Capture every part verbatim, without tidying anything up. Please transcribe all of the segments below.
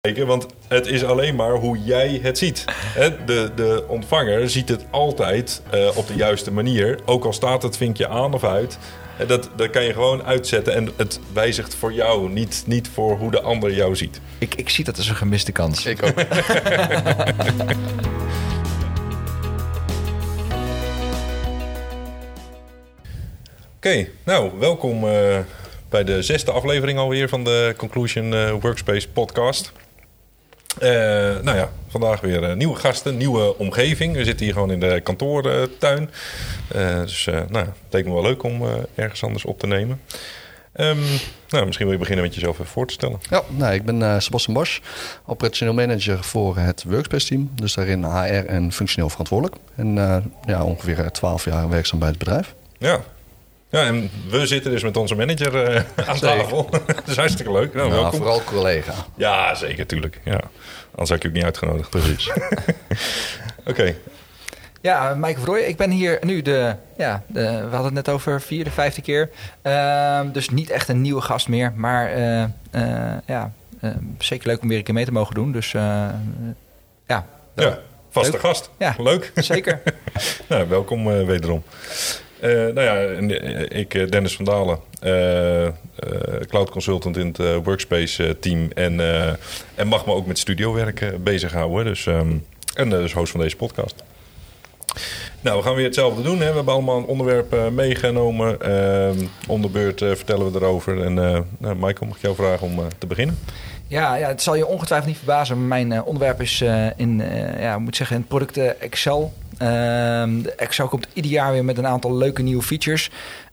Want het is alleen maar hoe jij het ziet. De, de ontvanger ziet het altijd uh, op de juiste manier. Ook al staat het vinkje aan of uit. Dat, dat kan je gewoon uitzetten. En het wijzigt voor jou. Niet, niet voor hoe de ander jou ziet. Ik, ik zie dat als een gemiste kans. Ik ook. Oké, okay, nou, welkom uh, bij de zesde aflevering alweer van de Conclusion uh, Workspace podcast. Uh, nou ja, vandaag weer uh, nieuwe gasten, nieuwe omgeving. We zitten hier gewoon in de kantoortuin. Uh, dus uh, nou, het leek me wel leuk om uh, ergens anders op te nemen. Um, nou, misschien wil je beginnen met jezelf even voor te stellen. Ja, nou, ik ben uh, Sebastian Bosch, operationeel manager voor het Workspace team. Dus daarin H R en functioneel verantwoordelijk. En uh, ja, ongeveer twaalf jaar werkzaam bij het bedrijf. Ja. Ja, en we zitten dus met onze manager uh, aan tafel. Dat is hartstikke leuk. Nou, nou, welkom. Vooral collega. Ja, zeker, tuurlijk. Ja. Anders had ik je ook niet uitgenodigd. Precies. Oké. Okay. Ja, Maaike van Rooyen. Ik ben hier nu de, ja, de, we hadden het net over vierde, vijfde keer. Uh, dus niet echt een nieuwe gast meer. Maar uh, uh, ja, uh, zeker leuk om weer een keer mee te mogen doen. Dus uh, ja. Ja, vaste leuk. Gast. Ja, leuk. Zeker. Nou, welkom uh, wederom. Uh, nou ja, ik, Dennis van Dalen, uh, uh, cloud consultant in het uh, Workspace uh, team. En, uh, en mag me ook met studiowerk uh, bezighouden. Dus, um, en uh, dus host van deze podcast. Nou, we gaan weer hetzelfde doen. Hè. We hebben allemaal een onderwerp uh, meegenomen. Uh, om de beurt uh, vertellen we erover. En uh, nou, Michael, mag ik jou vragen om uh, te beginnen? Ja, ja, het zal je ongetwijfeld niet verbazen. Maar mijn uh, onderwerp is uh, in, uh, ja, moet zeggen, in het product uh, Excel. Uh, Excel komt ieder jaar weer met een aantal leuke nieuwe features,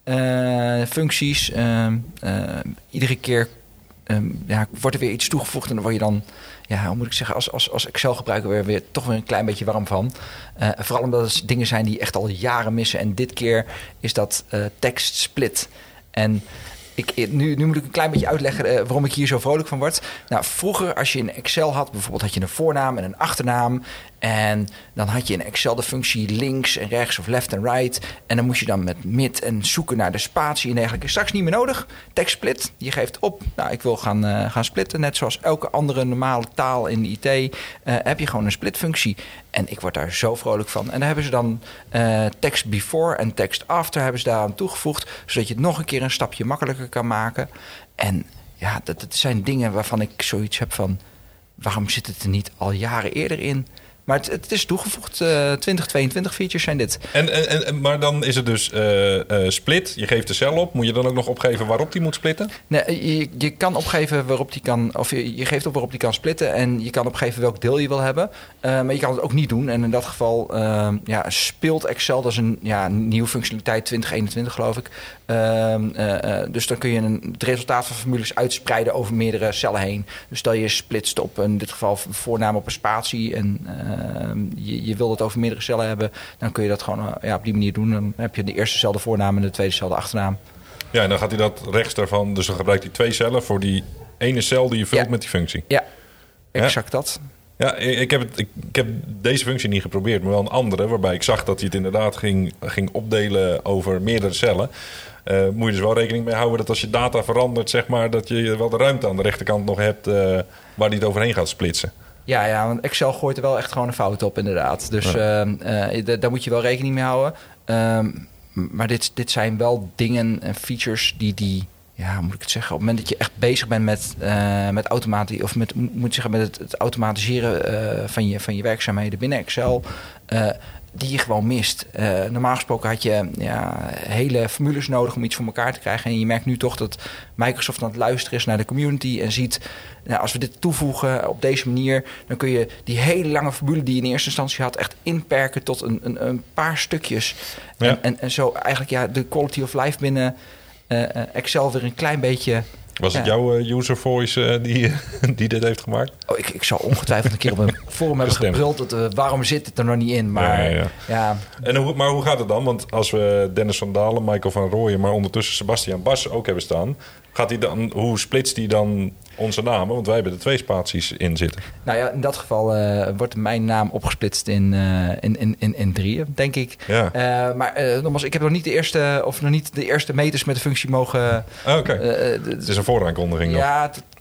uh, functies. Uh, uh, iedere keer um, ja, wordt er weer iets toegevoegd en dan word je dan, ja, hoe moet ik zeggen, als, als, als Excel-gebruiker weer, weer toch weer een klein beetje warm van. Uh, vooral omdat het dingen zijn die echt al jaren missen. En dit keer is dat uh, tekst split. En Ik, nu, nu moet ik een klein beetje uitleggen uh, waarom ik hier zo vrolijk van word. Nou, vroeger als je in Excel had, bijvoorbeeld had je een voornaam en een achternaam. En dan had je in Excel de functie links en rechts of left en right. En dan moest je dan met mid en zoeken naar de spatie en dergelijke. Straks niet meer nodig. Tekst split. Je geeft op. Nou, ik wil gaan, uh, gaan splitten. Net zoals elke andere normale taal in de I T uh, heb je gewoon een splitfunctie. En ik word daar zo vrolijk van. En daar hebben ze dan uh, text before en text after hebben ze daar aan toegevoegd. Zodat je het nog een keer een stapje makkelijker kan maken. En ja, dat, dat zijn dingen waarvan ik zoiets heb van, waarom zit het er niet al jaren eerder in? Maar het, het is toegevoegd. Uh, twintig tweeëntwintig features zijn dit. En, en, en, maar dan is het dus uh, uh, split. Je geeft de cel op. Moet je dan ook nog opgeven waarop die moet splitten? Nee, je, je kan opgeven waarop die kan. Of je, je geeft op waarop die kan splitten. En je kan opgeven welk deel je wil hebben. Uh, maar je kan het ook niet doen. En in dat geval uh, ja, speelt Excel. Dat is een ja, nieuwe functionaliteit twintig eenentwintig geloof ik. Uh, uh, dus dan kun je een, het resultaat van formules uitspreiden over meerdere cellen heen. Dus stel je splitst op in dit geval voornaam op een spatie. En uh, je, je wil het over meerdere cellen hebben. Dan kun je dat gewoon uh, ja, op die manier doen. Dan heb je de eerste cel de voornaam en de tweede cel de achternaam. Ja, en dan gaat hij dat rechts daarvan. Dus dan gebruikt hij twee cellen voor die ene cel die je vult ja. met die functie. Ja, exact ja. dat. Ja, ik heb, het, ik, ik heb deze functie niet geprobeerd, maar wel een andere. Waarbij ik zag dat hij het inderdaad ging, ging opdelen over meerdere cellen. Uh, moet je dus wel rekening mee houden dat als je data verandert, zeg maar, dat je wel de ruimte aan de rechterkant nog hebt uh, waar hij het overheen gaat splitsen. Ja, ja, want Excel gooit er wel echt gewoon een fout op, inderdaad. Dus ja. uh, uh, d- daar moet je wel rekening mee houden. Um, maar dit, dit zijn wel dingen en features die... die ja, hoe moet ik het zeggen? Op het moment dat je echt bezig bent met, uh, met automatisch of met, moet ik zeggen, met het, het automatiseren uh, van, je, van je werkzaamheden binnen Excel, uh, die je gewoon mist. Uh, normaal gesproken had je ja, hele formules nodig om iets voor elkaar te krijgen. En je merkt nu toch dat Microsoft aan het luisteren is naar de community en ziet, nou, als we dit toevoegen op deze manier, dan kun je die hele lange formule die je in eerste instantie had echt inperken tot een, een, een paar stukjes. Ja. En, en, en zo eigenlijk ja, de quality of life binnen Uh, Excel weer een klein beetje. Was het ja. jouw uh, user voice uh, die, die dit heeft gemaakt? Oh, ik, ik zou ongetwijfeld een keer op een forum hebben gebruld. Dat, uh, waarom zit het er nog niet in? Maar, ja, ja, ja. Ja. En hoe, maar hoe gaat het dan? Want als we Dennis van Dalen, Michael van Rooyen, maar ondertussen Sebastian Bas ook hebben staan, gaat hij dan, hoe splitst hij dan onze namen? Want wij hebben er twee spaties in zitten. Nou ja, in dat geval uh, wordt mijn naam opgesplitst in, uh, in, in, in, in drieën, denk ik. Ja. Uh, maar uh, nogmaals, ik heb nog niet de eerste of nog niet de eerste meters met de functie mogen. Ah, Oké. Okay. Uh, het is een vooraankondiging. Ja, nog.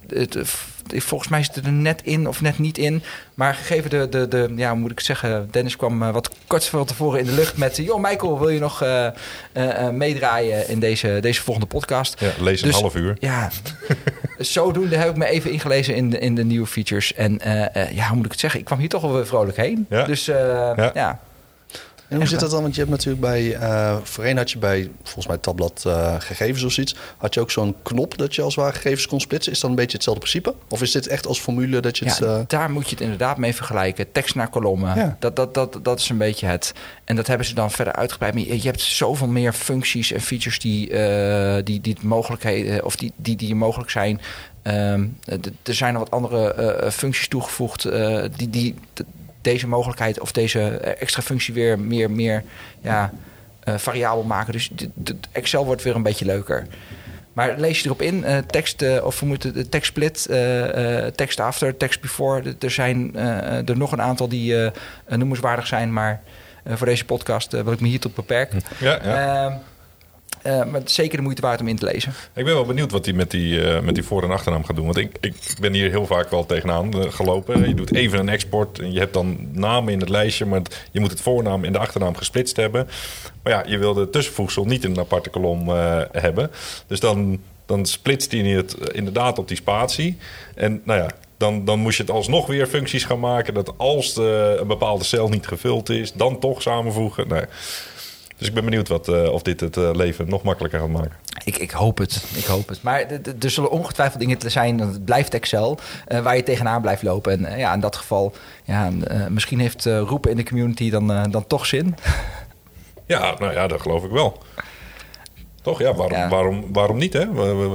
het, het, volgens mij zit het er net in of net niet in. Maar gegeven de, de, de ja, hoe moet ik zeggen, Dennis kwam uh, wat kort van tevoren in de lucht met... joh, Michael, wil je nog uh, uh, uh, meedraaien in deze, deze volgende podcast? Ja, lees een dus, half uur. Ja, zodoende heb ik me even ingelezen in de, in de nieuwe features. En uh, uh, ja, hoe moet ik het zeggen? Ik kwam hier toch wel weer vrolijk heen. Ja. Dus uh, ja... ja. En hoe zit dat dan? Want je hebt natuurlijk bij... Uh, voorheen had je bij, volgens mij, Tabblad uh, gegevens of zoiets... had je ook zo'n knop dat je als het ware gegevens kon splitsen. Is dat een beetje hetzelfde principe? Of is dit echt als formule dat je ja, het... Uh... daar moet je het inderdaad mee vergelijken. Tekst naar kolommen. Ja. Dat, dat, dat, dat is een beetje het. En dat hebben ze dan verder uitgebreid. Maar je, je hebt zoveel meer functies en features die, uh, die, die mogelijkheden... of die, die, die mogelijk zijn... Um, er zijn er wat andere uh, functies toegevoegd... Uh, die... die deze mogelijkheid of deze extra functie weer meer, meer ja, uh, variabel maken. Dus de, de Excel wordt weer een beetje leuker. Maar lees je erop in, uh, tekst, uh, of we moeten de tekst split, uh, uh, tekst after, tekst before. Er zijn uh, er nog een aantal die uh, noemenswaardig zijn, maar uh, voor deze podcast uh, wil ik me hier tot beperken. Ja, ja. Uh, Uh, maar zeker de moeite waard om in te lezen. Ik ben wel benieuwd wat hij met die, uh, met die voor- en achternaam gaat doen. Want ik, ik ben hier heel vaak wel tegenaan uh, gelopen. Je doet even een export en je hebt dan namen in het lijstje... maar het, je moet het voornaam en de achternaam gesplitst hebben. Maar ja, je wil de tussenvoegsel niet in een aparte kolom uh, hebben. Dus dan, dan splitst hij het inderdaad op die spatie. En nou ja... Dan, dan moest je het alsnog weer functies gaan maken... dat als de, een bepaalde cel niet gevuld is... dan toch samenvoegen. Nee. Dus ik ben benieuwd wat, uh, of dit het uh, leven nog makkelijker gaat maken. Ik, ik hoop het. Ik hoop het. Maar d- d- er zullen ongetwijfeld dingen te zijn. Het blijft Excel. Uh, waar je tegenaan blijft lopen. En uh, ja, in dat geval... Ja, uh, misschien heeft uh, roepen in de community dan, uh, dan toch zin. Ja, nou ja, dat geloof ik wel. Toch? Ja, waarom, ja. waarom, waarom niet? Hè?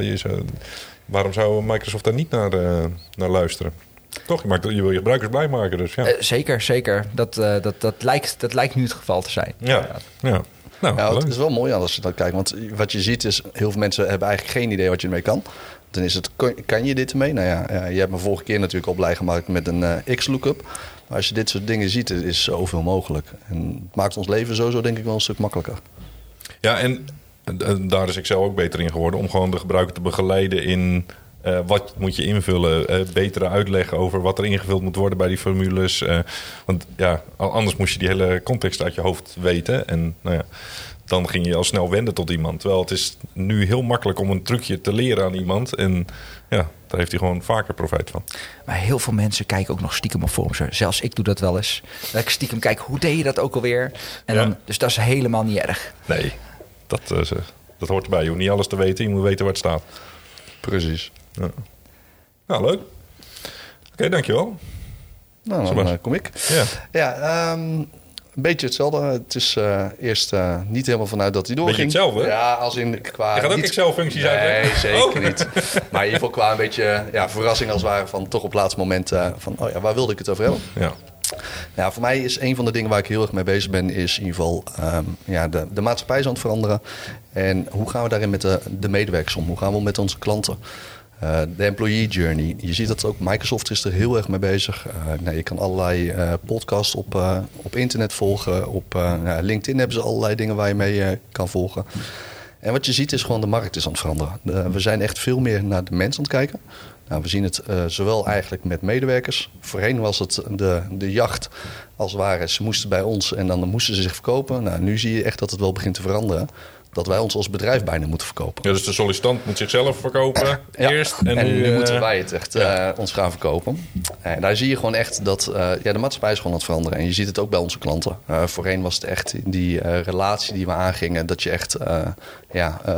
Waarom zou Microsoft daar niet naar, uh, naar luisteren? Toch, je, maakt, je wil je gebruikers blij maken. Dus, ja. uh, zeker, zeker. Dat, uh, dat, dat, lijkt, dat lijkt nu het geval te zijn. Ja, ja. Nou, ja, het is wel mooi als je dat kijkt. Want wat je ziet is, heel veel mensen hebben eigenlijk geen idee wat je ermee kan. Dan is het, kan je dit ermee? Nou ja, ja je hebt me vorige keer natuurlijk al blij gemaakt met een uh, X-lookup. Maar als je dit soort dingen ziet, is zoveel mogelijk. En het maakt ons leven sowieso denk ik wel een stuk makkelijker. Ja, en, en daar is Excel ook beter in geworden. Om gewoon de gebruiker te begeleiden in... Uh, wat moet je invullen? Uh, betere uitleg over wat er ingevuld moet worden bij die formules. Uh, want ja, anders moest je die hele context uit je hoofd weten. En nou ja, dan ging je al snel wenden tot iemand. Terwijl het is nu heel makkelijk om een trucje te leren aan iemand. En ja, daar heeft hij gewoon vaker profijt van. Maar heel veel mensen kijken ook nog stiekem op forums. Zelfs ik doe dat wel eens. Dat ik stiekem kijk, hoe deed je dat ook alweer? En ja. dan, dus dat is helemaal niet erg. Nee, dat, uh, dat hoort erbij. Je hoeft niet alles te weten. Je moet weten waar het staat. Precies. Ja. Nou, leuk. Oké, okay, dankjewel. Nou, dan uh, kom ik. Ja, ja um, een beetje hetzelfde. Het is uh, eerst uh, niet helemaal vanuit dat hij doorging. Beetje hetzelfde? Ja, als in qua... Je gaat ook niet... Excel-functies nee, uitleggen? Nee, zeker oh. niet. Maar in ieder geval qua een beetje ja, verrassing als het ware van toch op het laatste moment uh, van... oh ja, waar wilde ik het over hebben? Ja. Ja, voor mij is een van de dingen waar ik heel erg mee bezig ben... is in ieder geval um, ja, de, de maatschappij is aan het veranderen. En hoe gaan we daarin met de, de medewerkers om? Hoe gaan we om met onze klanten? Uh, de employee journey. Je ziet dat ook Microsoft is er heel erg mee bezig. Uh, nou, je kan allerlei uh, podcasts op, uh, op internet volgen. Op uh, nou, LinkedIn hebben ze allerlei dingen waar je mee uh, kan volgen. En wat je ziet is gewoon de markt is aan het veranderen. Uh, we zijn echt veel meer naar de mens aan het kijken. Nou, we zien het uh, zowel eigenlijk met medewerkers. Voorheen was het de, de jacht als het ware. Ze moesten bij ons en dan moesten ze zich verkopen. Nou, nu zie je echt dat het wel begint te veranderen. Dat wij ons als bedrijf bijna moeten verkopen. Ja, dus de sollicitant moet zichzelf verkopen ja. eerst. En, en nu, nu uh, moeten wij het echt ja. uh, ons gaan verkopen. En daar zie je gewoon echt dat uh, ja, de maatschappij is gewoon aan het veranderen. En je ziet het ook bij onze klanten. Uh, voorheen was het echt in die uh, relatie die we aangingen... dat je echt... Uh, ja, uh,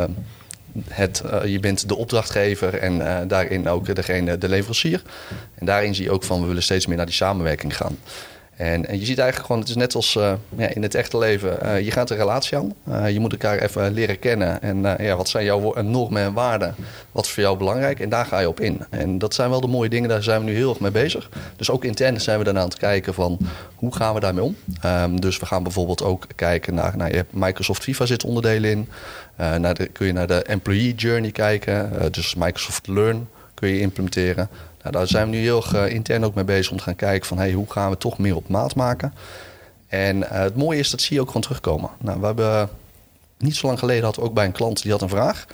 Het, uh, je bent de opdrachtgever en uh, daarin ook degene, de leverancier. En daarin zie je ook van... we willen steeds meer naar die samenwerking gaan. En, en je ziet eigenlijk gewoon, het is net als uh, ja, in het echte leven. Uh, je gaat een relatie aan. Uh, je moet elkaar even leren kennen. En uh, ja, wat zijn jouw normen en waarden? Wat is voor jou belangrijk? En daar ga je op in. En dat zijn wel de mooie dingen. Daar zijn we nu heel erg mee bezig. Dus ook intern zijn we daarna aan het kijken van... hoe gaan we daarmee om? Um, dus we gaan bijvoorbeeld ook kijken naar... Nou, je hebt Microsoft Viva zit onderdelen in. Uh, naar de, kun je naar de employee journey kijken. Uh, dus Microsoft Learn kun je implementeren. Nou, daar zijn we nu heel erg uh, intern ook mee bezig om te gaan kijken van... Hey, hoe gaan we toch meer op maat maken? En uh, het mooie is, dat zie je ook gewoon terugkomen. Nou, we hebben niet zo lang geleden hadden we ook bij een klant die had een vraag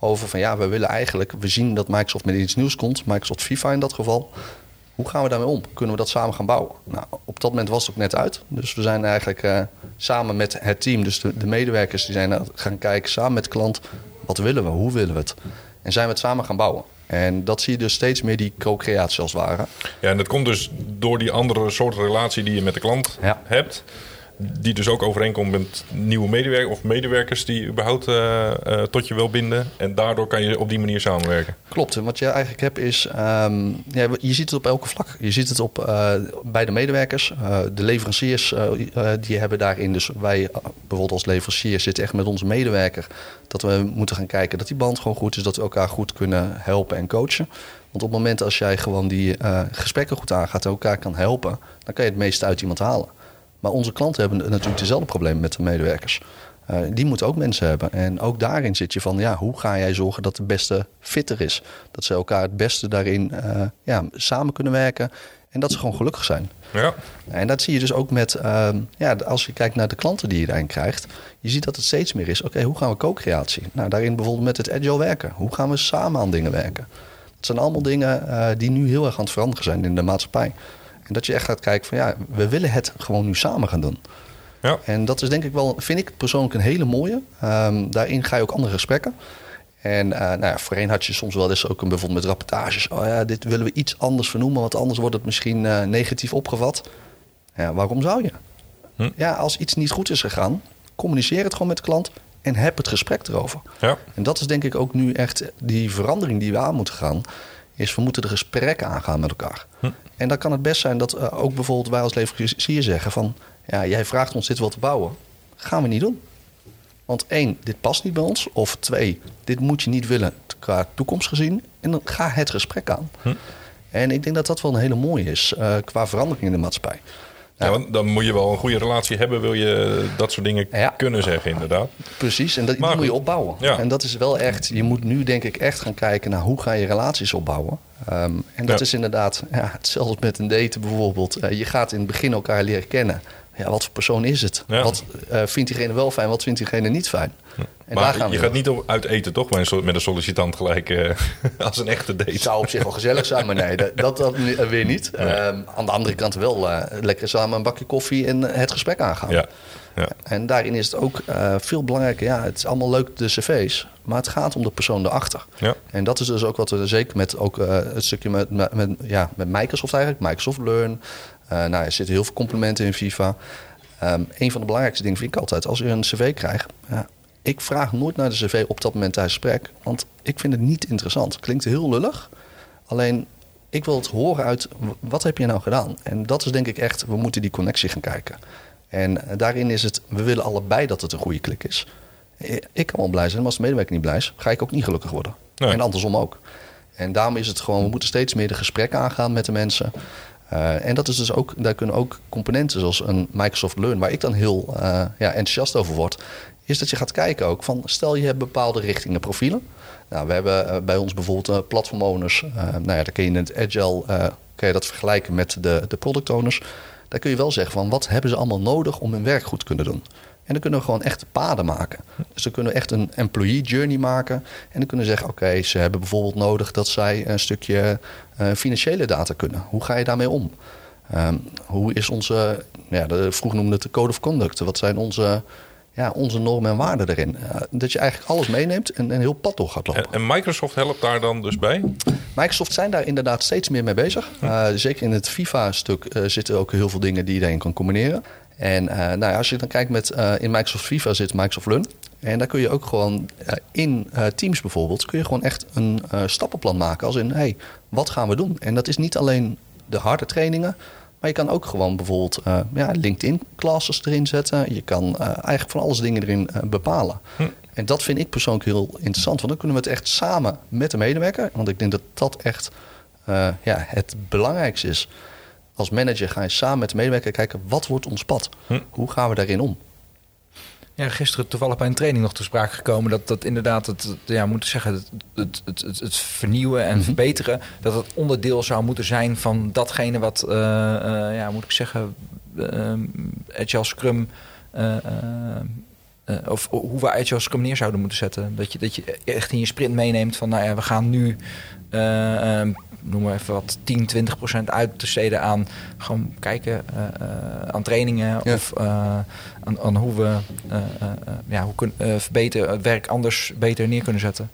over van ja, we willen eigenlijk, we zien dat Microsoft met iets nieuws komt, Microsoft FIFA in dat geval. Hoe gaan we daarmee om? Kunnen we dat samen gaan bouwen? Nou, op dat moment was het ook net uit. Dus we zijn eigenlijk uh, samen met het team, dus de, de medewerkers, die zijn gaan kijken samen met de klant. Wat willen we? Hoe willen we het? En zijn we het samen gaan bouwen. En dat zie je dus steeds meer, die co-creatie als het ware. Ja, en dat komt dus door die andere soort relatie die je met de klant ja. hebt. Die dus ook overeenkomt met nieuwe medewerkers of medewerkers die überhaupt uh, uh, tot je wil binden. En daardoor kan je op die manier samenwerken. Klopt. En wat je eigenlijk hebt is, um, ja, je ziet het op elke vlak. Je ziet het op uh, bij de medewerkers. Uh, de leveranciers uh, uh, die hebben daarin. Dus wij uh, bijvoorbeeld als leverancier zitten echt met onze medewerker. Dat we moeten gaan kijken dat die band gewoon goed is. Dat we elkaar goed kunnen helpen en coachen. Want op het moment als jij gewoon die uh, gesprekken goed aangaat en elkaar kan helpen, dan kan je het meeste uit iemand halen. Maar onze klanten hebben natuurlijk dezelfde problemen met de medewerkers. Uh, die moeten ook mensen hebben. En ook daarin zit je van, ja, hoe ga jij zorgen dat de beste fit er is? Dat ze elkaar het beste daarin uh, ja, samen kunnen werken. En dat ze gewoon gelukkig zijn. Ja. En dat zie je dus ook met, uh, ja, als je kijkt naar de klanten die je daarin krijgt. Je ziet dat het steeds meer is, oké, okay, hoe gaan we co-creatie? Nou, daarin bijvoorbeeld met het agile werken. Hoe gaan we samen aan dingen werken? Dat zijn allemaal dingen uh, die nu heel erg aan het veranderen zijn in de maatschappij. En dat je echt gaat kijken van ja, we willen het gewoon nu samen gaan doen. Ja. En dat is denk ik wel, vind ik persoonlijk een hele mooie. Um, daarin ga je ook andere gesprekken. En uh, nou ja, voorheen had je soms wel eens ook een, bijvoorbeeld met rapportages. Oh ja, dit willen we iets anders vernoemen, want anders wordt het misschien uh, negatief opgevat. Ja, waarom zou je? Hm. Ja, als iets niet goed is gegaan, communiceer het gewoon met de klant en heb het gesprek erover. Ja. En dat is denk ik ook nu echt die verandering die we aan moeten gaan. Is we moeten de gesprekken aangaan met elkaar. Hm. En dan kan het best zijn dat uh, ook bijvoorbeeld wij als leverancier zeggen van ja, jij vraagt ons dit wel te bouwen. Gaan we niet doen. Want één, dit past niet bij ons. Of twee, dit moet je niet willen qua toekomst gezien. En dan ga het gesprek aan. Hm. En ik denk dat dat wel een hele mooie is uh, qua verandering in de maatschappij. Ja, want dan moet je wel een goede relatie hebben, wil je dat soort dingen ja. kunnen zeggen, inderdaad. Precies, en dat, die moet je opbouwen. Ja. En dat is wel echt, je moet nu denk ik echt gaan kijken naar hoe ga je relaties opbouwen. Um, en dat ja. is inderdaad, ja, hetzelfde met een daten bijvoorbeeld. Uh, je gaat in het begin elkaar leren kennen. Ja, wat voor persoon is het? Ja. Wat uh, vindt diegene wel fijn, wat vindt diegene niet fijn? Ja. En maar daar gaan je gaat niet uit eten toch met een sollicitant gelijk uh, als een echte date? Het zou op zich wel gezellig zijn, maar nee, dat, dat, dat weer niet. Nee. Um, aan de andere kant wel uh, lekker samen een bakje koffie en het gesprek aangaan. Ja. Ja. En daarin is het ook uh, veel belangrijker. Ja, het is allemaal leuk de cv's, maar het gaat om de persoon erachter. Ja. En dat is dus ook wat we zeker met ook uh, het stukje met, met, met, ja, met Microsoft eigenlijk, Microsoft Learn. Uh, nou, er zitten heel veel complimenten in FIFA. Um, een van de belangrijkste dingen vind ik altijd, als je een cv krijgt, uh, ik vraag nooit naar de cv op dat moment tijdens het gesprek, want ik vind het niet interessant. Klinkt heel lullig, alleen ik wil het horen uit, wat heb je nou gedaan? En dat is denk ik echt, we moeten die connectie gaan kijken. En daarin is het, we willen allebei dat het een goede klik is. Ik kan wel blij zijn, maar als de medewerker niet blij is, ga ik ook niet gelukkig worden. Nee. En andersom ook. En daarom is het gewoon, we moeten steeds meer de gesprekken aangaan met de mensen. Uh, en dat is dus ook, daar kunnen ook componenten zoals een Microsoft Learn, waar ik dan heel uh, ja, enthousiast over word, is dat je gaat kijken ook van, stel je hebt bepaalde richtingen profielen. Nou, we hebben uh, bij ons bijvoorbeeld uh, platform owners. Uh, nou ja, dan kun je in het agile, uh, kun je dat vergelijken met de, de product owners. Daar kun je wel zeggen van, wat hebben ze allemaal nodig om hun werk goed te kunnen doen? En dan kunnen we gewoon echt paden maken. Dus dan kunnen we echt een employee journey maken. En dan kunnen we zeggen, oké, okay, ze hebben bijvoorbeeld nodig dat zij een stukje uh, financiële data kunnen. Hoe ga je daarmee om? Um, hoe is onze, ja, de, vroeger noemde het de code of conduct. Wat zijn onze, ja, onze normen en waarden erin? Uh, dat je eigenlijk alles meeneemt en een heel pad door gaat lopen. En, en Microsoft helpt daar dan dus bij? Microsoft zijn daar inderdaad steeds meer mee bezig. Uh, zeker in het FIFA-stuk uh, zitten ook heel veel dingen die je daarin kan combineren. En uh, nou ja, als je dan kijkt met uh, in Microsoft FIFA zit Microsoft Learn. En daar kun je ook gewoon uh, in uh, Teams bijvoorbeeld, kun je gewoon echt een uh, stappenplan maken. Als in, hey, wat gaan we doen? En dat is niet alleen de harde trainingen, maar je kan ook gewoon bijvoorbeeld uh, ja, LinkedIn classes erin zetten. Je kan uh, eigenlijk van alles dingen erin uh, bepalen. Hm. En dat vind ik persoonlijk heel interessant. Want dan kunnen we het echt samen met de medewerker. Want ik denk dat dat echt uh, ja, het belangrijkste is. Als manager ga je samen met de medewerker kijken, wat wordt ons pad? Hm. Hoe gaan we daarin om? Ja, gisteren toevallig bij een training nog te sprake gekomen dat dat inderdaad het, het ja, moet zeggen, het, het, het, het, het vernieuwen en mm-hmm. verbeteren, dat het onderdeel zou moeten zijn van datgene wat, uh, uh, ja, moet ik zeggen, uh, Agile Scrum uh, uh, uh, of hoe we Agile Scrum neer zouden moeten zetten. Dat je, dat je echt in je sprint meeneemt van, nou ja, we gaan nu, uh, um, noem maar even wat, tien, twintig procent uit te steden aan gewoon kijken uh, uh, aan trainingen ja. of uh, aan, aan hoe we uh, uh, ja, hoe kun, uh, verbeteren, het werk anders beter neer kunnen zetten.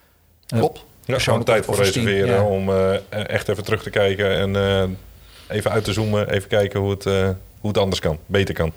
Uh, Klopt. Ja, gewoon tijd voor reserveren ja. om uh, echt even terug te kijken en uh, even uit te zoomen, even kijken hoe het, uh, hoe het anders kan, beter kan.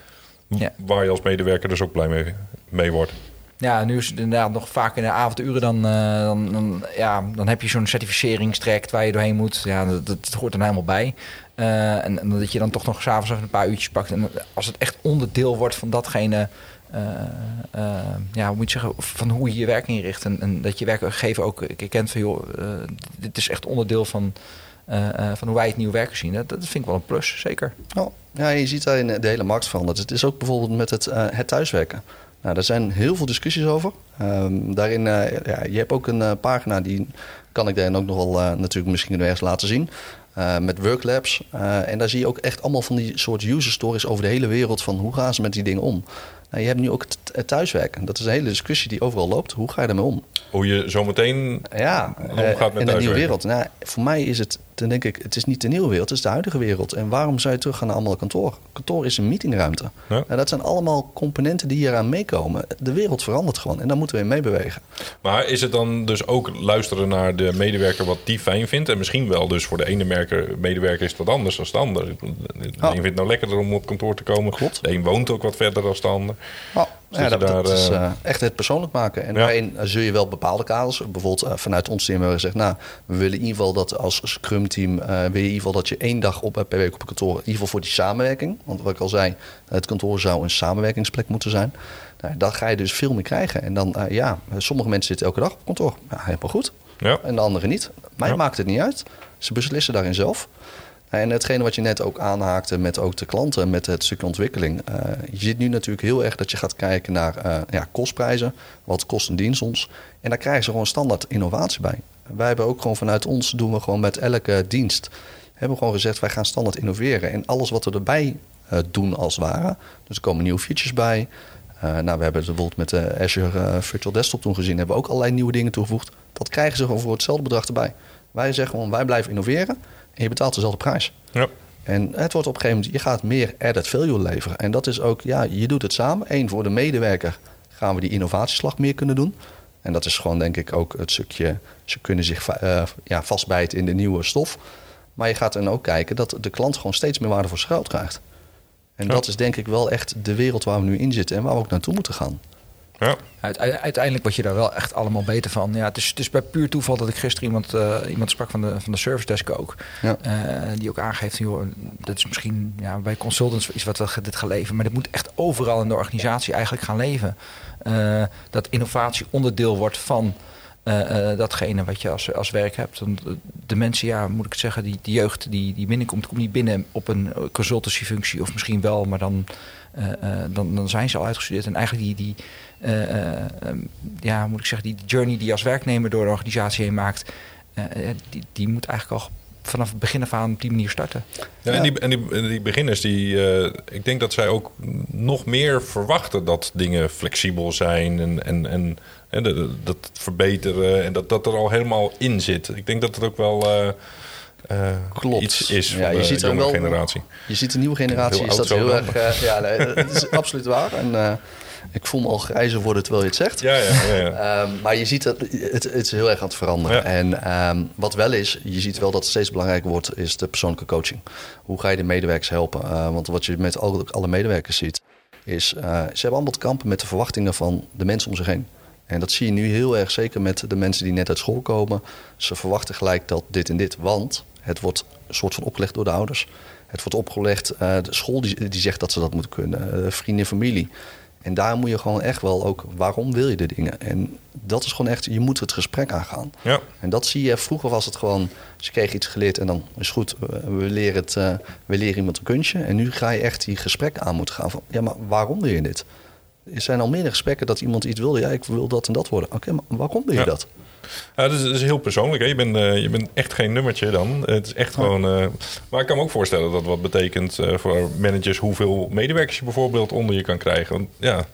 Ja. Waar je als medewerker dus ook blij mee, mee wordt. Ja, nu is het inderdaad nog vaak in de avonduren dan, uh, dan, dan, ja, dan heb je zo'n certificeringstraject waar je doorheen moet. Ja, dat, dat hoort er helemaal bij. Uh, en, en dat je dan toch nog 's avonds even een paar uurtjes pakt. En als het echt onderdeel wordt van datgene, uh, uh, ja, hoe moet je zeggen, van hoe je je werk inricht. En, en dat je werkgever ook erkent van, joh, uh, dit is echt onderdeel van, uh, uh, van hoe wij het nieuwe werken zien. Dat, dat vind ik wel een plus, zeker. Oh, ja, je ziet daar in de hele markt veranderd. Het is ook bijvoorbeeld met het, uh, het thuiswerken. Nou, daar zijn heel veel discussies over. Um, daarin, uh, ja, je hebt ook een uh, pagina, die kan ik daarin ook nog wel uh, natuurlijk misschien ergens laten zien. Uh, met worklabs. Uh, en daar zie je ook echt allemaal van die soort user stories over de hele wereld van hoe gaan ze met die dingen om. Nou, je hebt nu ook het, het thuiswerken. Dat is een hele discussie die overal loopt. Hoe ga je daarmee om? Hoe je zometeen ja, omgaat met in de nieuwe wereld. Nou, voor mij is het, dan denk ik, het is niet de nieuwe wereld, het is de huidige wereld. En waarom zou je terug gaan naar allemaal kantoor? Kantoor is een meetingruimte. Ja. Nou, dat zijn allemaal componenten die hieraan meekomen. De wereld verandert gewoon en daar moeten we in meebewegen. Maar is het dan dus ook luisteren naar de medewerker wat die fijn vindt? En misschien wel dus voor de ene medewerker, medewerker is het wat anders dan de ander. De een oh. vindt het nou lekkerder om op kantoor te komen. Klopt. De een woont ook wat verder dan de ander. Oh. Dus ja, dat, daar, dat is uh, echt het persoonlijk maken. En ja. daarin zul je wel bepaalde kaders. Bijvoorbeeld uh, vanuit ons team hebben we gezegd, nou, we willen in ieder geval dat als Scrum team, uh, wil je in ieder geval dat je één dag op, per week op kantoor, in ieder geval voor die samenwerking. Want wat ik al zei, het kantoor zou een samenwerkingsplek moeten zijn. Nou, dan ga je dus veel meer krijgen. En dan, uh, ja, sommige mensen zitten elke dag op kantoor. Ja, helemaal goed. Ja. En de anderen niet. Mij ja. maakt het niet uit. Ze beslissen daarin zelf. En hetgene wat je net ook aanhaakte met ook de klanten, met het stukje ontwikkeling. Uh, je ziet nu natuurlijk heel erg dat je gaat kijken naar uh, ja, kostprijzen. Wat kost een dienst ons? En daar krijgen ze gewoon standaard innovatie bij. Wij hebben ook gewoon vanuit ons, doen we gewoon met elke dienst, hebben we gewoon gezegd, wij gaan standaard innoveren. En alles wat we erbij uh, doen als het ware. Dus er komen nieuwe features bij. Uh, nou, we hebben het bijvoorbeeld met de Azure uh, Virtual Desktop toen gezien. Hebben we ook allerlei nieuwe dingen toegevoegd. Dat krijgen ze gewoon voor hetzelfde bedrag erbij. Wij zeggen gewoon, wij blijven innoveren. En je betaalt dezelfde prijs. Ja. En het wordt op een gegeven moment, je gaat meer added value leveren. En dat is ook, ja, je doet het samen. Eén, voor de medewerker gaan we die innovatieslag meer kunnen doen. En dat is gewoon, denk ik, ook het stukje, ze kunnen zich uh, ja, vastbijten in de nieuwe stof. Maar je gaat dan ook kijken dat de klant gewoon steeds meer waarde voor zijn geld krijgt. En ja. dat is denk ik wel echt de wereld waar we nu in zitten en waar we ook naartoe moeten gaan. Ja. Uiteindelijk word je daar wel echt allemaal beter van. Ja, het, is, het is bij puur toeval dat ik gisteren iemand, uh, iemand sprak van de, van de service desk ook. Ja. Uh, die ook aangeeft, joh, dat is misschien ja, bij consultants iets wat we dit gaan leven. Maar dit moet echt overal in de organisatie eigenlijk gaan leven. Uh, dat innovatie onderdeel wordt van uh, uh, datgene wat je als, als werk hebt. De mensen, ja, moet ik het zeggen, die, die jeugd die, die binnenkomt, komt niet binnen op een consultancyfunctie. Of misschien wel, maar dan... Uh, uh, dan, dan zijn ze al uitgestudeerd. En eigenlijk die, die uh, uh, um, ja, moet ik zeggen, die journey die je als werknemer door de organisatie heen maakt, uh, die, die moet eigenlijk al vanaf het begin af aan op die manier starten. Ja, en, die, en die, die beginners, die, uh, ik denk dat zij ook nog meer verwachten dat dingen flexibel zijn en, en, en, en dat, dat verbeteren en dat dat er al helemaal in zit. Ik denk dat het ook wel... Uh, Uh, Klopt. Iets is voor ja, je de ziet jonge wel, generatie. Je ziet de nieuwe generatie heel is dat heel dan. erg... Uh, ja, nee, dat is absoluut waar. En uh, ik voel me al grijzer worden terwijl je het zegt. Ja, ja, ja, ja. Um, maar je ziet dat het, het is heel erg aan het veranderen. Ja. En um, wat wel is, je ziet wel dat het steeds belangrijker wordt, is de persoonlijke coaching. Hoe ga je de medewerkers helpen? Uh, want wat je met alle, alle medewerkers ziet, is uh, ze hebben allemaal te kampen met de verwachtingen van de mensen om zich heen. En dat zie je nu heel erg, zeker met de mensen die net uit school komen. Ze verwachten gelijk dat dit en dit, want het wordt een soort van opgelegd door de ouders. Het wordt opgelegd, uh, de school die, die zegt dat ze dat moeten kunnen, uh, vrienden en familie. En daar moet je gewoon echt wel ook, waarom wil je de dingen? En dat is gewoon echt, je moet het gesprek aangaan. Ja. En dat zie je, vroeger was het gewoon, ze kregen iets geleerd en dan is goed, we leren, het, uh, we leren iemand een kunstje. En nu ga je echt die gesprekken aan moeten gaan van, ja, maar waarom wil je dit? Er zijn al meerdere gesprekken dat iemand iets wilde. Ja, ik wil dat en dat worden. Oké, okay, maar waarom wil je ja. dat? Ja, dat, is, dat is heel persoonlijk. Hè? Je, bent, uh, je bent echt geen nummertje dan. Het is echt gewoon... Uh, maar ik kan me ook voorstellen dat wat betekent uh, voor managers hoeveel medewerkers je bijvoorbeeld onder je kan krijgen. Want, ja,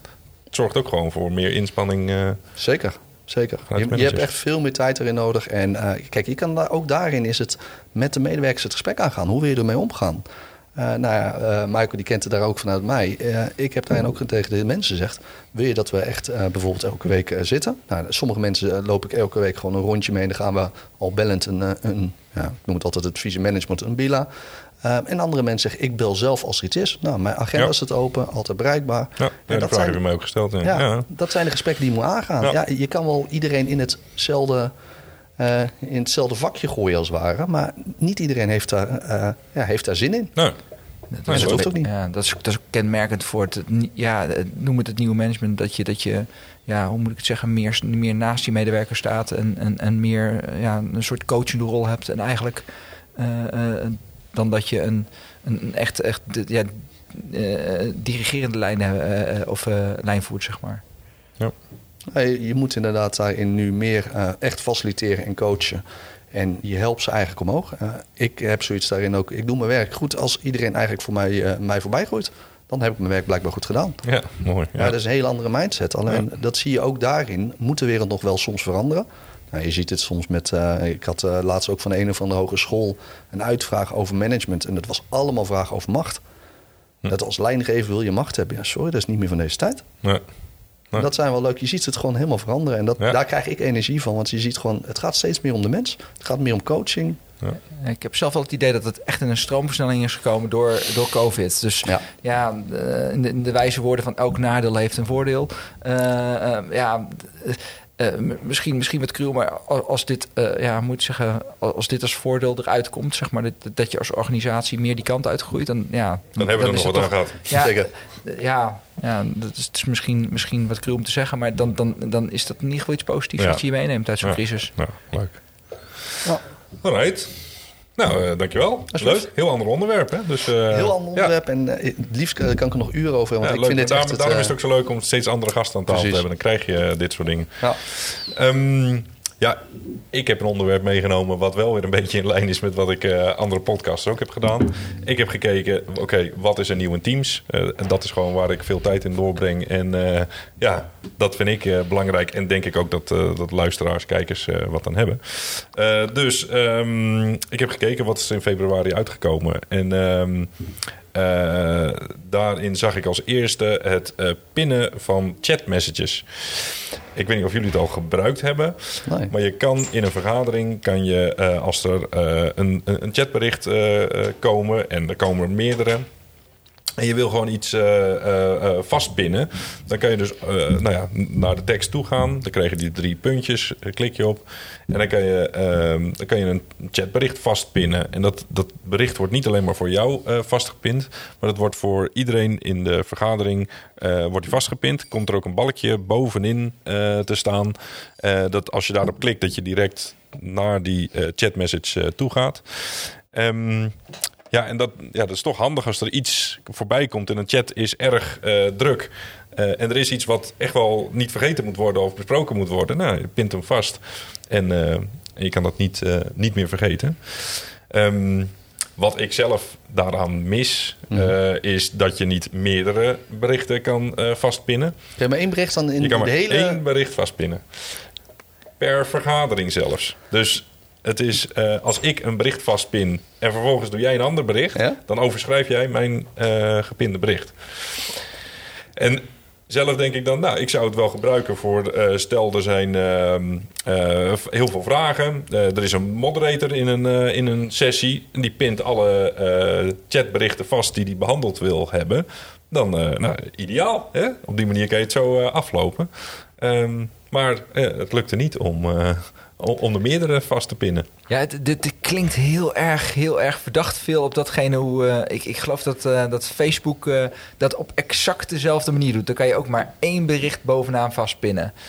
zorgt ook gewoon voor meer inspanning. Uh, Zeker. Zeker. Je, je hebt echt veel meer tijd erin nodig. En uh, kijk, je kan daar, ook daarin is het met de medewerkers het gesprek aangaan. Hoe wil je ermee omgaan? Uh, nou ja, uh, Michael die kent het daar ook vanuit mij. Uh, ik heb daarin ook tegen de mensen gezegd... wil je dat we echt uh, bijvoorbeeld elke week uh, zitten? Nou, sommige mensen uh, loop ik elke week gewoon een rondje mee... en dan gaan we al bellend een, een ja, ik noem het altijd het visiemanagement, een bila... Uh, en andere mensen zeggen, ik bel zelf als er iets is. Nou, mijn agenda is het open, altijd bereikbaar. Ja, ja de vraag heb je mij ook gesteld. Ja. Ja, ja. Dat zijn de gesprekken die je moet aangaan. Ja. Ja, je kan wel iedereen in hetzelfde, uh, in hetzelfde vakje gooien als het ware. Maar niet iedereen heeft daar, uh, ja, heeft daar zin in. Nee. Dat, dat, dat hoeft ook niet. Ja, dat, is, dat is ook kenmerkend voor het, ja, noem het het nieuwe management. Dat je, dat je ja, hoe moet ik het zeggen, meer, meer naast die medewerker staat. En, en, en meer ja, een soort coachende rol hebt. En eigenlijk... Uh, uh, dan dat je een, een echt, echt ja, uh, dirigerende lijn uh, uh, of uh, lijn voert, zeg maar. Ja. Je, je moet inderdaad daarin nu meer uh, echt faciliteren en coachen. En je helpt ze eigenlijk omhoog. Uh, ik heb zoiets daarin ook. Ik doe mijn werk goed als iedereen eigenlijk voor mij, uh, mij voorbij groeit. Dan heb ik mijn werk blijkbaar goed gedaan. Ja, mooi. Ja. Ja, dat is een hele andere mindset. Alleen ja. Dat zie je ook daarin. Moet de wereld nog wel soms veranderen? Nou, je ziet het soms met... Uh, ik had uh, laatst ook van een of andere hogeschool... een uitvraag over management. En dat was allemaal vragen over macht. Hm. Dat als lijngever wil je macht hebben. Ja, sorry, dat is niet meer van deze tijd. Nee. Nee. Dat zijn wel leuk. Je ziet het gewoon helemaal veranderen. En dat, ja. daar krijg ik energie van. Want je ziet gewoon... Het gaat steeds meer om de mens. Het gaat meer om coaching. Ja. Ik heb zelf wel het idee dat het echt in een stroomversnelling is gekomen door, door COVID. Dus ja, ja in, de, in de wijze woorden van elk nadeel heeft een voordeel. Uh, uh, ja... Uh, misschien, misschien wat cruel, maar als dit, uh, ja, moet ik zeggen, als dit als voordeel eruit komt, zeg maar, dat, dat je als organisatie meer die kant uitgroeit, dan ja, dan hebben we er nog wat aan gehad. Ja, ja, ja, dat is, het is misschien, misschien wat cruel om te zeggen, maar dan, dan, dan is dat in ieder geval iets positiefs ja. dat je je meeneemt uit zo'n ja. crisis. Ja, leuk. Ja. Alright. Nou, uh, dankjewel. Leuk. Heel ander onderwerp, hè? Dus, uh, Heel ander onderwerp. Ja. En uh, het liefst kan ik er nog uren over hebben. Want ja, ik vind daarom het daarom het, is het ook zo leuk om steeds andere gasten aan tafel te hebben. Dan krijg je uh, dit soort dingen. Ja. Um, ja, ik heb een onderwerp meegenomen wat wel weer een beetje in lijn is met wat ik uh, andere podcasts ook heb gedaan. Ik heb gekeken, oké, okay, wat is er nieuw in Teams? Uh, en dat is gewoon waar ik veel tijd in doorbreng. En uh, ja, dat vind ik uh, belangrijk. En denk ik ook dat, uh, dat luisteraars, kijkers uh, wat aan hebben. Uh, dus um, ik heb gekeken wat is in februari uitgekomen. En um, uh, daarin zag ik als eerste het uh, pinnen van chatmessages. Ik weet niet of jullie het al gebruikt hebben. Nee. Maar je kan in een vergadering, kan je, uh, als er uh, een, een chatbericht uh, uh, komen... en er komen er meerdere... en je wil gewoon iets uh, uh, uh, vastpinnen... dan kan je dus uh, nou ja, naar de tekst toe gaan. Dan krijg je die drie puntjes, uh, klik je op... en dan kan je, uh, dan kan je een chatbericht vastpinnen. En dat, dat bericht wordt niet alleen maar voor jou uh, vastgepind... maar dat wordt voor iedereen in de vergadering uh, wordt die vastgepind. Komt er ook een balkje bovenin uh, te staan... Uh, dat als je daarop klikt, dat je direct naar die uh, chatmessage uh, toe gaat... Um, Ja, en dat, ja, dat is toch handig als er iets voorbij komt en een chat is erg uh, druk. Uh, en er is iets wat echt wel niet vergeten moet worden of besproken moet worden. Nou, je pint hem vast en, uh, en je kan dat niet, uh, niet meer vergeten. Um, wat ik zelf daaraan mis, mm-hmm. uh, is dat je niet meerdere berichten kan uh, vastpinnen. Ja, maar één bericht dan in je kan maar de hele... één bericht vastpinnen. Per vergadering zelfs. Dus... Het is uh, als ik een bericht vastpin en vervolgens doe jij een ander bericht... Ja? dan overschrijf jij mijn uh, gepinde bericht. En zelf denk ik dan, nou, ik zou het wel gebruiken voor... Uh, stel, er zijn uh, uh, heel veel vragen. Uh, er is een moderator in een, uh, in een sessie... en die pint alle uh, chatberichten vast die hij behandeld wil hebben. Dan, uh, nou, ideaal. Hè? Op die manier kan je het zo uh, aflopen. Um, maar uh, het lukte niet om... Uh, om er meerdere vast te pinnen. Ja, het, dit, dit klinkt heel erg, heel erg verdacht veel op datgene hoe... Uh, ik, ik geloof dat, uh, dat Facebook uh, dat op exact dezelfde manier doet. Dan kan je ook maar één bericht bovenaan vastpinnen.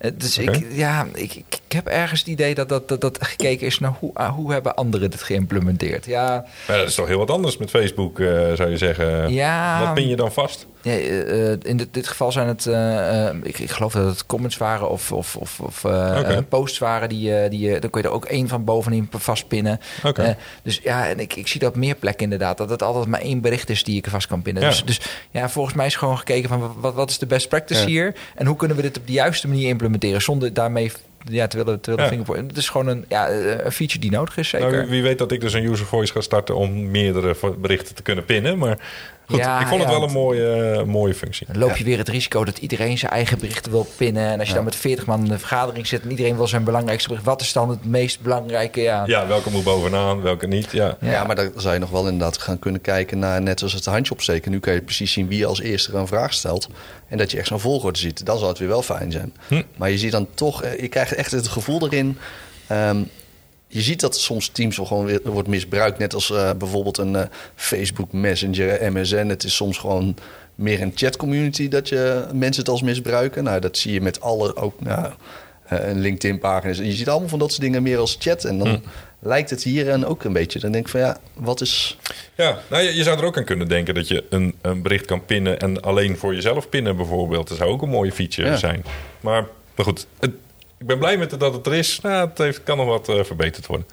Uh, dus Okay. ik, ja, ik, ik, ik heb ergens het idee dat dat, dat, dat gekeken is naar hoe, uh, hoe hebben anderen dit geïmplementeerd. Ja, Ja, dat is toch heel wat anders met Facebook, uh, zou je zeggen. Ja, Wat pin je dan vast? Ja, uh, in dit, dit geval zijn het, uh, uh, ik, ik geloof dat het comments waren of, of, of, of uh, okay. uh, posts waren. Die, uh, die, uh, dan kun je er ook één van bovenin vastpinnen. Okay. Uh, dus ja, en ik, ik zie dat op meer plekken inderdaad. Dat het altijd maar één bericht is die ik er vast kan pinnen. Ja. Dus, dus ja, volgens mij is gewoon gekeken van wat, wat is de best practice ja. hier? En hoe kunnen we dit op de juiste manier implementeren zonder daarmee ja, te willen, te willen ja. vingerpointen. Het is gewoon een, ja, een feature die nodig is, zeker. Nou, wie weet dat ik dus een user voice ga starten om meerdere berichten te kunnen pinnen. Maar goed, ja, ik vond het ja, wel een mooie, uh, mooie functie. Dan loop je ja. weer het risico dat iedereen zijn eigen berichten wil pinnen. En als je ja. dan met veertig man in de vergadering zit en iedereen wil zijn belangrijkste bericht. Wat is dan het meest belangrijke? Ja, ja welke moet bovenaan, welke niet. Ja. Ja. ja, maar dan zou je nog wel inderdaad gaan kunnen kijken naar, net zoals het handje opsteken. Nu kan je precies zien wie als eerste een vraag stelt. En dat je echt zo'n volgorde ziet. Dan zou het weer wel fijn zijn. Hm. Maar je ziet dan toch, je krijgt echt het gevoel erin. Um, je ziet dat soms Teams wel gewoon weer wordt misbruikt. Net als uh, bijvoorbeeld een uh, Facebook Messenger, M S N. Het is soms gewoon meer een chatcommunity dat je mensen het als misbruiken. Nou, dat zie je met alle, ook nou, uh, een LinkedIn-pagina's. Je ziet allemaal van dat soort dingen meer als chat. En dan hm. lijkt het hier en ook een beetje. Dan denk ik van ja, wat is... Ja, nou, je, je zou er ook aan kunnen denken dat je een, een bericht kan pinnen en alleen voor jezelf pinnen bijvoorbeeld. Dat zou ook een mooie feature ja. zijn. Maar, maar goed, het, ik ben blij met het dat het er is. Nou, het heeft, kan nog wat uh, verbeterd worden.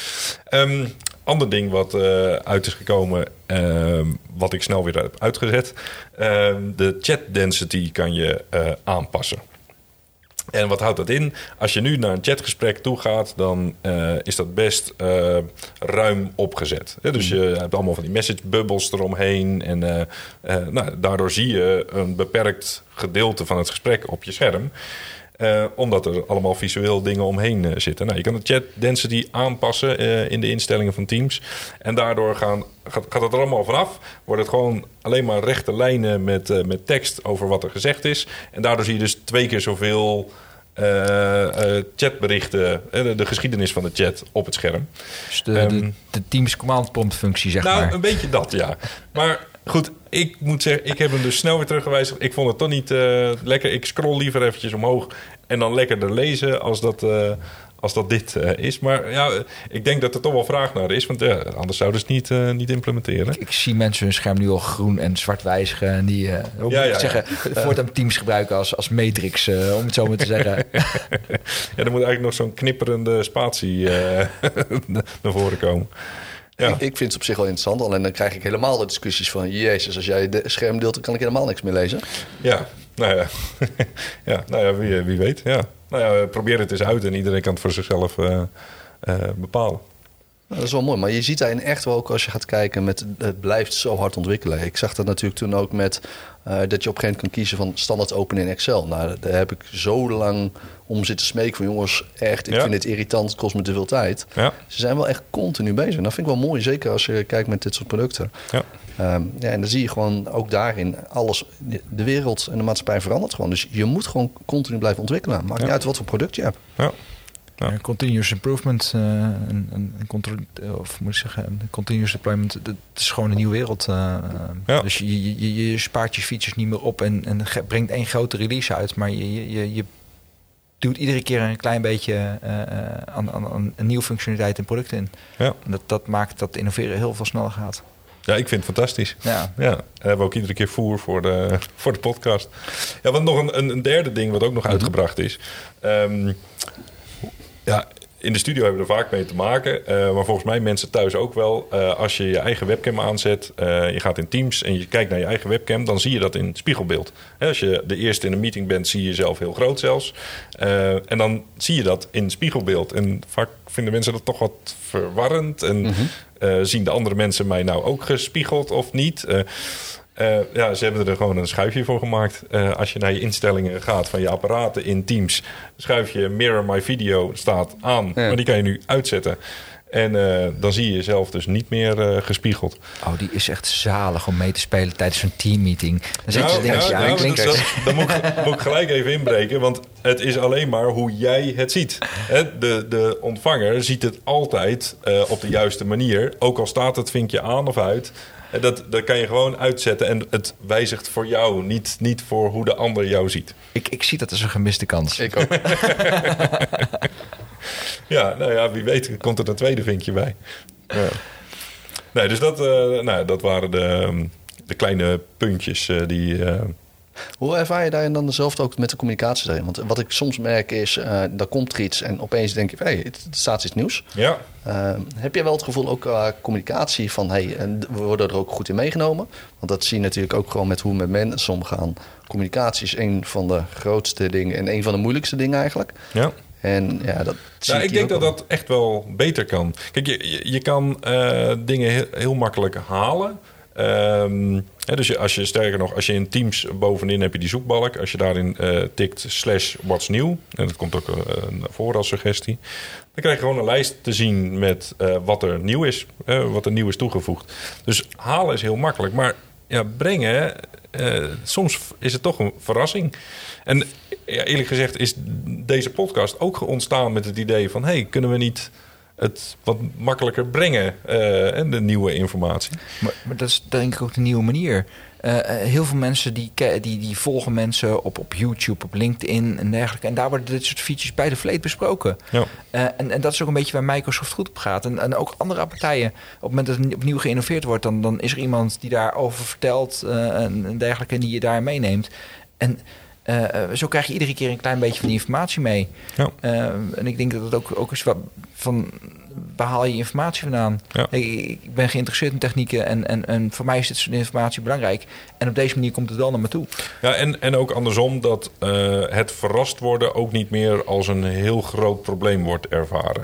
Um, ander ding wat uh, uit is gekomen, uh, wat ik snel weer heb uitgezet. Uh, de chat density kan je uh, aanpassen. En wat houdt dat in? Als je nu naar een chatgesprek toe gaat, dan uh, is dat best uh, ruim opgezet. Ja, dus je hebt allemaal van die message bubbles eromheen. En uh, uh, nou, daardoor zie je een beperkt gedeelte van het gesprek op je scherm. Uh, omdat er allemaal visueel dingen omheen uh, zitten. Nou, je kan de chat density aanpassen uh, in de instellingen van Teams. En daardoor gaan, gaat, gaat het er allemaal vanaf. Wordt het gewoon alleen maar rechte lijnen met, uh, met tekst over wat er gezegd is. En daardoor zie je dus twee keer zoveel uh, uh, chatberichten, uh, de, de geschiedenis van de chat op het scherm. Dus de, um, de, de Teams command prompt functie, zeg nou, maar. Nou, een beetje dat, ja. Maar goed, ik moet zeggen, ik heb hem dus snel weer teruggewijzigd. Ik vond het toch niet uh, lekker. Ik scroll liever eventjes omhoog en dan lekkerder lezen als dat, uh, als dat dit uh, is. Maar ja, ik denk dat er toch wel vraag naar is. Want uh, anders zouden ze het niet, uh, niet implementeren. Ik, ik zie mensen hun scherm nu al groen en zwart wijzigen. En die, uh, hoe ja, moet ik ja, zeggen, ja. voortaan Teams gebruiken als, als matrix, uh, om het zo maar te zeggen. Ja, er moet eigenlijk nog zo'n knipperende spatie uh, naar voren komen. Ja. Ik, ik vind het op zich wel interessant. Alleen dan krijg ik helemaal de discussies van... Jezus, als jij de scherm deelt, dan kan ik helemaal niks meer lezen. Ja, nou ja. ja, nou ja wie, wie weet. Ja. Nou ja, probeer het eens uit en iedereen kan het voor zichzelf uh, uh, bepalen. Nou, dat is wel mooi. Maar je ziet daarin echt wel ook als je gaat kijken... met het blijft zo hard ontwikkelen. Ik zag dat natuurlijk toen ook met... Uh, dat je op een gegeven moment kan kiezen van standaard open in Excel. Nou, daar heb ik zo lang om zitten smeken van... jongens, echt, ik ja. vind dit irritant, het kost me te veel tijd. Ja. Ze zijn wel echt continu bezig. En dat vind ik wel mooi, zeker als je kijkt met dit soort producten. Ja. Um, ja, en dan zie je gewoon ook daarin alles... de wereld en de maatschappij verandert gewoon. Dus je moet gewoon continu blijven ontwikkelen. Maakt ja. niet uit wat voor product je hebt. Ja. Ja. Ja, continuous improvement, uh, en, en, en control, of moet ik zeggen, continuous deployment, het is gewoon een nieuwe wereld. Uh, ja. Dus je, je, je spaart je features niet meer op en, en brengt één grote release uit, maar je, je, je doet iedere keer een klein beetje uh, aan, aan, aan een nieuwe functionaliteit in producten in. Ja. En dat, dat maakt dat innoveren heel veel sneller gaat. Ja, ik vind het fantastisch. Ja. Ja, we hebben ook iedere keer voer voor de, voor de podcast. Ja, want nog een, een derde ding wat ook nog mm-hmm. uitgebracht is. Um, Ja, in de studio hebben we er vaak mee te maken. Uh, maar volgens mij mensen thuis ook wel. Uh, als je je eigen webcam aanzet, uh, je gaat in Teams en je kijkt naar je eigen webcam, dan zie je dat in spiegelbeeld. He, als je de eerste in een meeting bent, zie je jezelf heel groot zelfs. Uh, en dan zie je dat in spiegelbeeld. En vaak vinden mensen dat toch wat verwarrend. En mm-hmm. uh, zien de andere mensen mij nou ook gespiegeld of niet? Uh, Uh, ja, ze hebben er gewoon een schuifje voor gemaakt. Uh, als je naar je instellingen gaat van je apparaten in Teams, schuif je Mirror My Video staat aan, ja. maar die kan je nu uitzetten. En uh, dan zie je jezelf dus niet meer uh, gespiegeld. Oh, die is echt zalig om mee te spelen tijdens een teammeeting. Dan zit nou, je denk nou, ja, nou, klinkt dat, dan moet ik, moet ik gelijk even inbreken. Want het is alleen maar hoe jij het ziet. De, de ontvanger ziet het altijd uh, op de juiste manier. Ook al staat het vinkje aan of uit. Dat, dat kan je gewoon uitzetten. En het wijzigt voor jou. Niet, niet voor hoe de ander jou ziet. Ik, ik zie dat als een gemiste kans. Ik ook. Ja, nou ja, wie weet komt er een tweede vinkje bij. Ja. Nee, dus dat, uh, nou, dat waren de, de kleine puntjes uh, die... Uh... Hoe ervaar je daarin dan dezelfde ook met de communicatie daarin? Want wat ik soms merk is, uh, daar komt er iets en opeens denk je, hé, hey, er staat iets nieuws. Ja. Uh, heb jij wel het gevoel ook qua uh, communicatie van, hé, hey, we worden er ook goed in meegenomen? Want dat zie je natuurlijk ook gewoon met hoe we met mensen omgaan. Communicatie is een van de grootste dingen en een van de moeilijkste dingen eigenlijk. Ja. En ja, dat zie nou, ik ik denk dat wel. dat echt wel beter kan. Kijk, je, je, je kan uh, dingen heel, heel makkelijk halen. Um, hè, dus je, als je sterker nog, als je in Teams bovenin heb je die zoekbalk. Als je daarin uh, tikt slash what's nieuw. En dat komt ook uh, voor als suggestie. Dan krijg je gewoon een lijst te zien met uh, wat er nieuw is. Uh, wat er nieuw is toegevoegd. Dus halen is heel makkelijk. Maar ja, brengen, uh, soms is het toch een verrassing. En ja, eerlijk gezegd is deze podcast ook ontstaan met het idee van... hey, kunnen we niet het wat makkelijker brengen uh, en de nieuwe informatie? Maar, maar dat is denk ik ook de nieuwe manier. Uh, heel veel mensen die, die, die volgen mensen op, op YouTube, op LinkedIn en dergelijke. En daar worden dit soort features bij de vleet besproken. Ja. Uh, en, en dat is ook een beetje waar Microsoft goed op gaat. En, en ook andere partijen. Op het moment dat er opnieuw geïnnoveerd wordt... dan, dan is er iemand die daarover vertelt uh, en, en dergelijke... en die je daar meeneemt. En... Uh, zo krijg je iedere keer een klein beetje van die informatie mee. Ja. Uh, en ik denk dat het ook, ook is wat van... waar haal je informatie vandaan? Ja. Ik, ik ben geïnteresseerd in technieken... En, en, en voor mij is dit soort informatie belangrijk. En op deze manier komt het wel naar me toe. Ja, en, en ook andersom dat uh, het verrast worden... ook niet meer als een heel groot probleem wordt ervaren.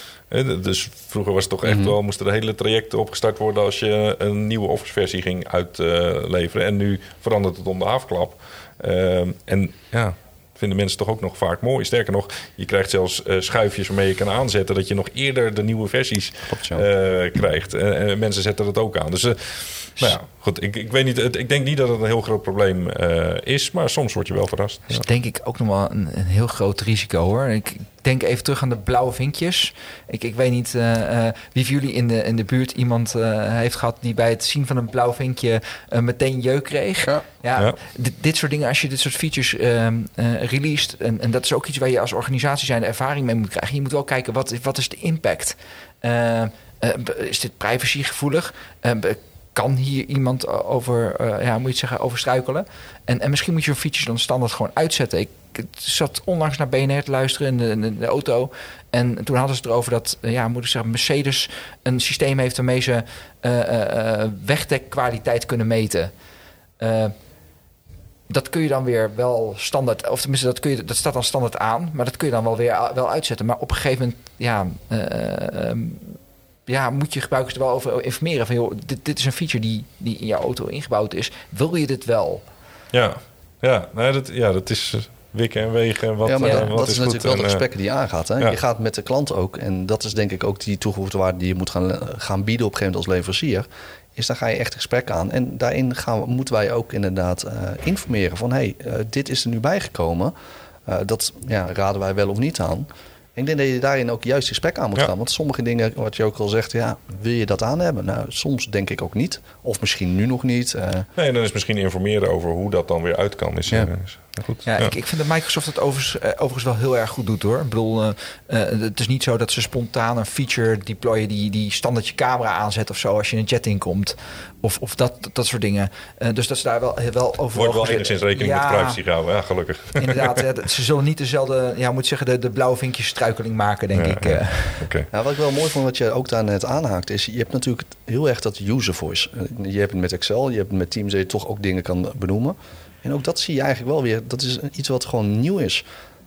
Dus vroeger was het toch echt mm-hmm. wel... moesten de hele trajecten opgestart worden... als je een nieuwe Office-versie ging uitleveren. Uh, en nu verandert het om de haafklap. Uh, en ja, vinden mensen toch ook nog vaak mooi. Sterker nog, je krijgt zelfs uh, schuifjes waarmee je kan aanzetten... dat je nog eerder de nieuwe versies uh, krijgt. En uh, mensen zetten dat ook aan. Dus uh, nou ja, goed. Ik, ik weet niet. Het, ik denk niet dat het een heel groot probleem uh, is... maar soms word je wel verrast. Dat is ja. denk ik ook nog wel een, een heel groot risico, hoor. Ik denk even terug aan de blauwe vinkjes. Ik, ik weet niet uh, uh, wie van jullie in de, in de buurt iemand uh, heeft gehad... die bij het zien van een blauw vinkje uh, meteen jeuk kreeg. Ja. Ja, ja. D- dit soort dingen, als je dit soort features uh, uh, released... En, en dat is ook iets waar je als organisatie zijn ervaring mee moet krijgen. Je moet wel kijken, wat, wat is de impact? Uh, uh, is dit privacygevoelig? Uh, kan hier iemand over, uh, ja, moet je het zeggen, over struikelen? En, en misschien moet je een feature dan standaard gewoon uitzetten. Ik zat onlangs naar B N R te luisteren in de, in de, de auto. En toen hadden ze het erover dat, ja, moet ik zeggen, Mercedes een systeem heeft waarmee ze uh, uh, wegdekkwaliteit kunnen meten. Uh, dat kun je dan weer wel standaard, of tenminste, dat, kun je, dat staat dan standaard aan, maar dat kun je dan wel weer wel uitzetten. Maar op een gegeven moment, ja, uh, um, ja, moet je gebruikers er wel over informeren van, joh, dit, dit is een feature die, die in jouw auto ingebouwd is. Wil je dit wel? Ja, ja, nou, dat, ja dat is wikken en wegen. Wat, ja, maar dat, uh, wat dat is, is natuurlijk goed wel de en, gesprekken die je aangaat. Hè? Ja. Je gaat met de klant ook, en dat is denk ik ook die toegevoegde waarde die je moet gaan, gaan bieden op een gegeven moment als leverancier. Is dan ga je echt gesprek aan. En daarin gaan we, moeten wij ook inderdaad uh, informeren van, hé, hey, uh, dit is er nu bijgekomen. Uh, dat ja, raden wij wel of niet aan. En ik denk dat je daarin ook juist gesprek aan moet ja. gaan. Want sommige dingen, wat je ook al zegt, ja, wil je dat aan hebben? Nou, soms denk ik ook niet. Of misschien nu nog niet. Uh... Nee, dan is misschien informeren over hoe dat dan weer uit kan. Is, ja. is goed. Ja, ja. Ik, ik vind dat Microsoft het overigens, uh, overigens wel heel erg goed doet, hoor. Ik bedoel, uh, uh, het is niet zo dat ze spontaan een feature deployen die, die standaard je camera aanzet of zo als je in een chat inkomt. Of, of dat, dat soort dingen. Uh, dus dat ze daar wel, wel over... Wordt wel enigszins rekening ja, met privacy gehouden, ja, gelukkig. Inderdaad, ja, ze zullen niet dezelfde, ja, moet zeggen, de, de blauwe vinkjes struikeling maken, denk ja, ik. Ja. Uh. Okay. Ja, wat ik wel mooi vond, wat je ook daar net aanhaakt, is je hebt natuurlijk heel erg dat user voice. Je hebt het met Excel, je hebt het met Teams, dat je toch ook dingen kan benoemen. En ook dat zie je eigenlijk wel weer. Dat is iets wat gewoon nieuw is.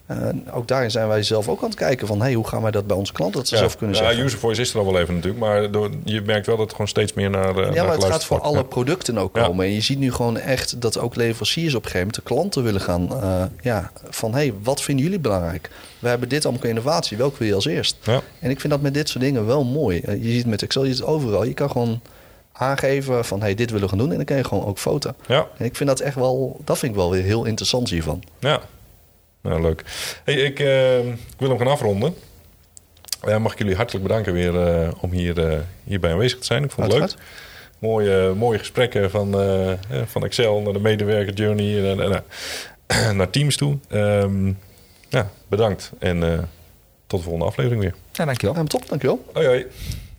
Uh, ook daarin zijn wij zelf ook aan het kijken van... Hey, hoe gaan wij dat bij onze klanten dat ze ja. zelf kunnen ja, zeggen. User Voice is er al wel even natuurlijk. Maar door, je merkt wel dat het gewoon steeds meer naar... Uh, ja, maar naar het gaat voor alle ja. producten ook ja. komen. En je ziet nu gewoon echt dat ook leveranciers op een gegeven moment... de klanten willen gaan uh, ja, van... hey, wat vinden jullie belangrijk? We hebben dit allemaal innovatie. Welke wil je als eerst? Ja. En ik vind dat met dit soort dingen wel mooi. Uh, je ziet met Excel, je ziet het overal. Je kan gewoon... aangeven van hey, dit willen we gaan doen en dan kan je gewoon ook foto. Ja. En ik vind dat echt wel, dat vind ik wel weer heel interessant hiervan. Ja, nou leuk. Hey, ik, uh, ik wil hem gaan afronden. Uh, mag ik jullie hartelijk bedanken weer uh, om hier, uh, hierbij aanwezig te zijn. Ik vond het Uiteraard. leuk. Mooie, mooie gesprekken van, uh, van Excel naar de medewerker journey en uh, uh, naar Teams toe. Um, ja, bedankt en uh, tot de volgende aflevering weer. Ja, dankjewel. Ja, top, dankjewel. Hoi hoi.